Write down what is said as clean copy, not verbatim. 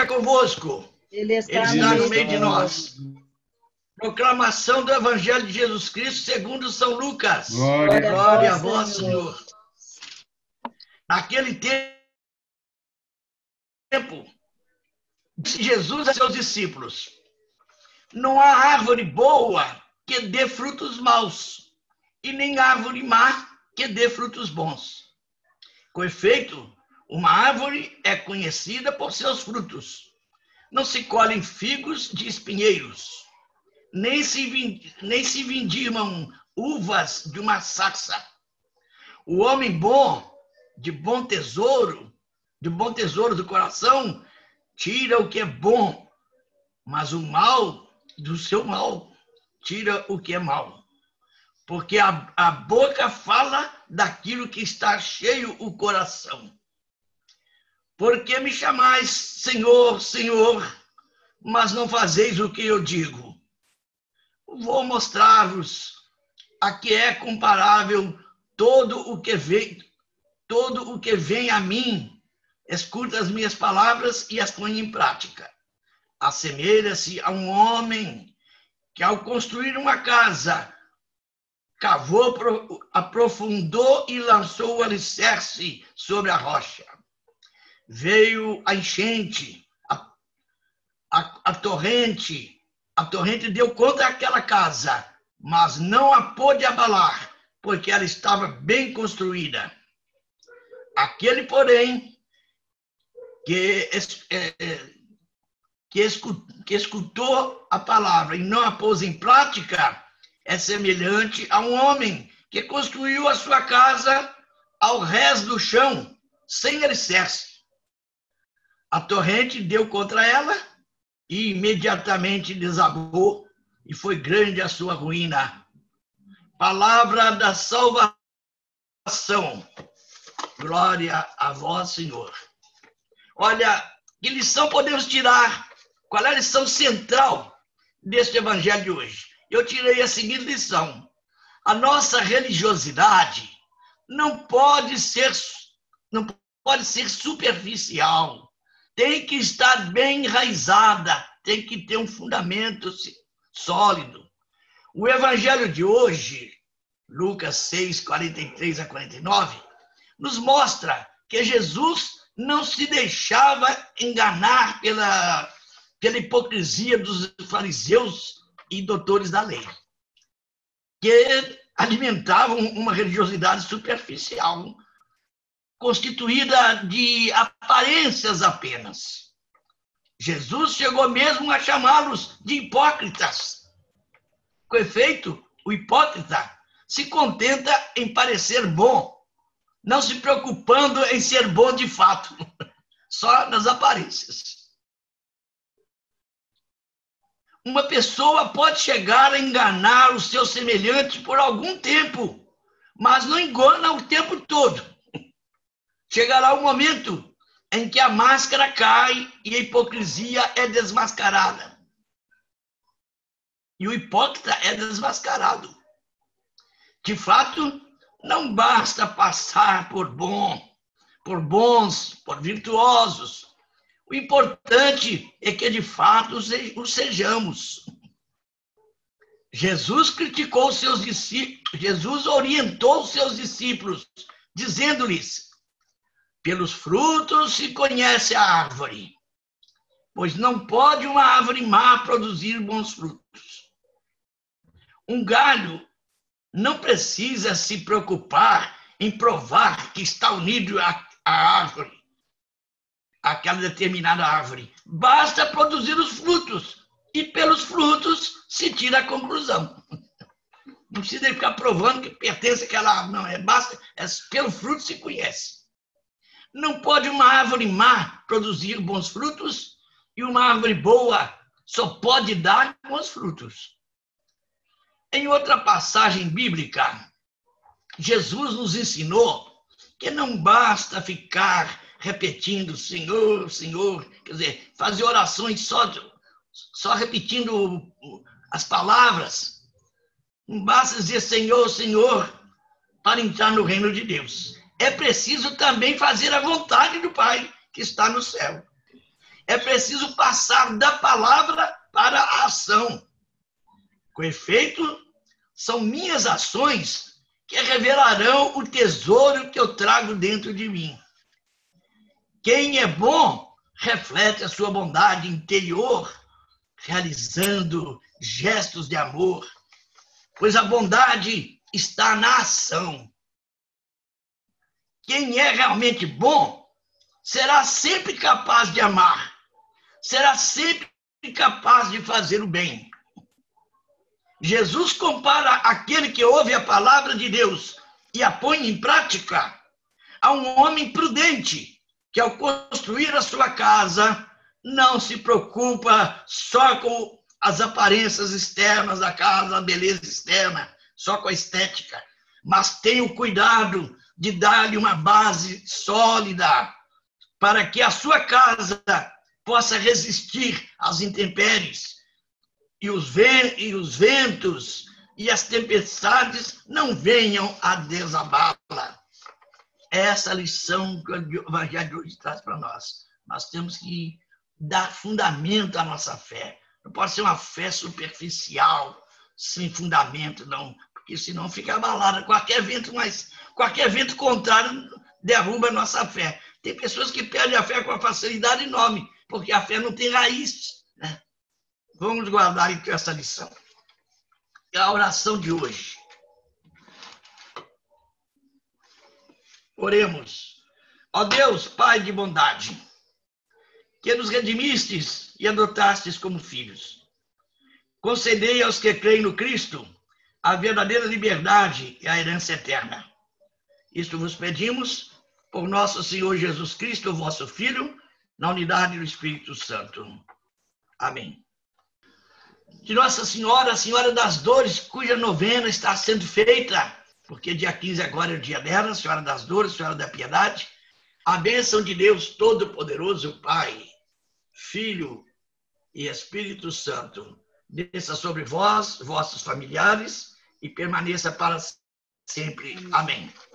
convosco. Ele Ele está está no no meio de nós. nós. Proclamação do Evangelho de Jesus Cristo segundo São Lucas. Glória a vós, Senhor. Senhor. Naquele tempo, disse Jesus a seus discípulos: não há árvore boa que dê frutos maus, e nem árvore má que dê frutos bons. Com efeito, uma árvore é conhecida por seus frutos. Não se colhem figos de espinheiros, nem se vindimam uvas de uma sarça. O homem bom, de bom tesouro do coração, tira o que é bom, mas o mal do seu mal tira o que é mal. Porque a boca fala daquilo que está cheio o coração. Por que me chamais Senhor, Senhor, mas não fazeis o que eu digo? Vou mostrar-vos a que é comparável todo o que vem a mim, escuta as minhas palavras e as põe em prática. Assemelha-se a um homem que, ao construir uma casa, cavou, aprofundou e lançou o alicerce sobre a rocha. Veio a enchente, a torrente deu contra aquela casa, mas não a pôde abalar, porque ela estava bem construída. Aquele, porém, que escutou a palavra e não a pôs em prática, é semelhante a um homem que construiu a sua casa ao rés do chão, sem alicerce. A torrente deu contra ela e imediatamente desabou, e foi grande a sua ruína. Palavra da salvação. Glória a vós, Senhor. Olha, que lição podemos tirar? Qual é a lição central deste evangelho de hoje? Eu tirei a seguinte lição: a nossa religiosidade não pode ser superficial, tem que estar bem enraizada, tem que ter um fundamento sólido. O evangelho de hoje, Lucas 6, 43 a 49, nos mostra que Jesus não se deixava enganar pela hipocrisia dos fariseus e doutores da lei, que alimentavam uma religiosidade superficial, constituída de aparências apenas. Jesus chegou mesmo a chamá-los de hipócritas. Com efeito, o hipócrita se contenta em parecer bom, não se preocupando em ser bom de fato, só nas aparências. Uma pessoa pode chegar a enganar o seu semelhante por algum tempo, mas não engana o tempo todo. Chegará o momento em que a máscara cai e a hipocrisia é desmascarada. E o hipócrita é desmascarado. De fato, não basta passar por bons, por virtuosos. O importante é que, de fato, o sejamos. Jesus orientou os seus discípulos, dizendo-lhes: pelos frutos se conhece a árvore, pois não pode uma árvore má produzir bons frutos. Um galho não precisa se preocupar em provar que está unido à árvore, àquela determinada árvore. Basta produzir os frutos, e pelos frutos se tira a conclusão. Não precisa ficar provando que pertence àquela árvore, não. Basta, pelo fruto se conhece. Não pode uma árvore má produzir bons frutos, e uma árvore boa só pode dar bons frutos. Em outra passagem bíblica, Jesus nos ensinou que não basta ficar repetindo Senhor, Senhor, quer dizer, fazer orações só repetindo as palavras. Não basta dizer Senhor, Senhor, para entrar no reino de Deus. É preciso também fazer a vontade do Pai que está no céu. é preciso passar da palavra para a ação. Com efeito, são minhas ações que revelarão o tesouro que eu trago dentro de mim. Quem é bom reflete a sua bondade interior, realizando gestos de amor, pois a bondade está na ação. Quem é realmente bom será sempre capaz de amar, será sempre capaz de fazer o bem. Jesus compara aquele que ouve a palavra de Deus e a põe em prática a um homem prudente que, ao construir a sua casa, não se preocupa só com as aparências externas da casa, a beleza externa, só com a estética, mas tem o cuidado de dar-lhe uma base sólida para que a sua casa possa resistir às intempéries e os ventos e as tempestades não venham a desabá-la. Essa lição que o Evangelho de hoje traz para nós. Nós temos que dar fundamento à nossa fé. Não pode ser uma fé superficial, sem fundamento, não, porque senão fica abalada. Qualquer vento contrário derruba a nossa fé. Tem pessoas que perdem a fé com uma facilidade enorme, porque a fé não tem raiz, né? Vamos guardar então essa lição. A oração de hoje. Oremos. Ó Deus, Pai de bondade, que nos redimistes e adotastes como filhos, concedei aos que creem no Cristo a verdadeira liberdade e a herança eterna. Isto vos pedimos por nosso Senhor Jesus Cristo, vosso Filho, na unidade do Espírito Santo. Amém. De Nossa Senhora, a Senhora das Dores, cuja novena está sendo feita, porque dia 15 agora é o dia dela, Senhora das Dores, Senhora da Piedade, a bênção de Deus Todo-Poderoso, Pai, Filho e Espírito Santo, desça sobre vós, vossos familiares, e permaneça para sempre. Amém.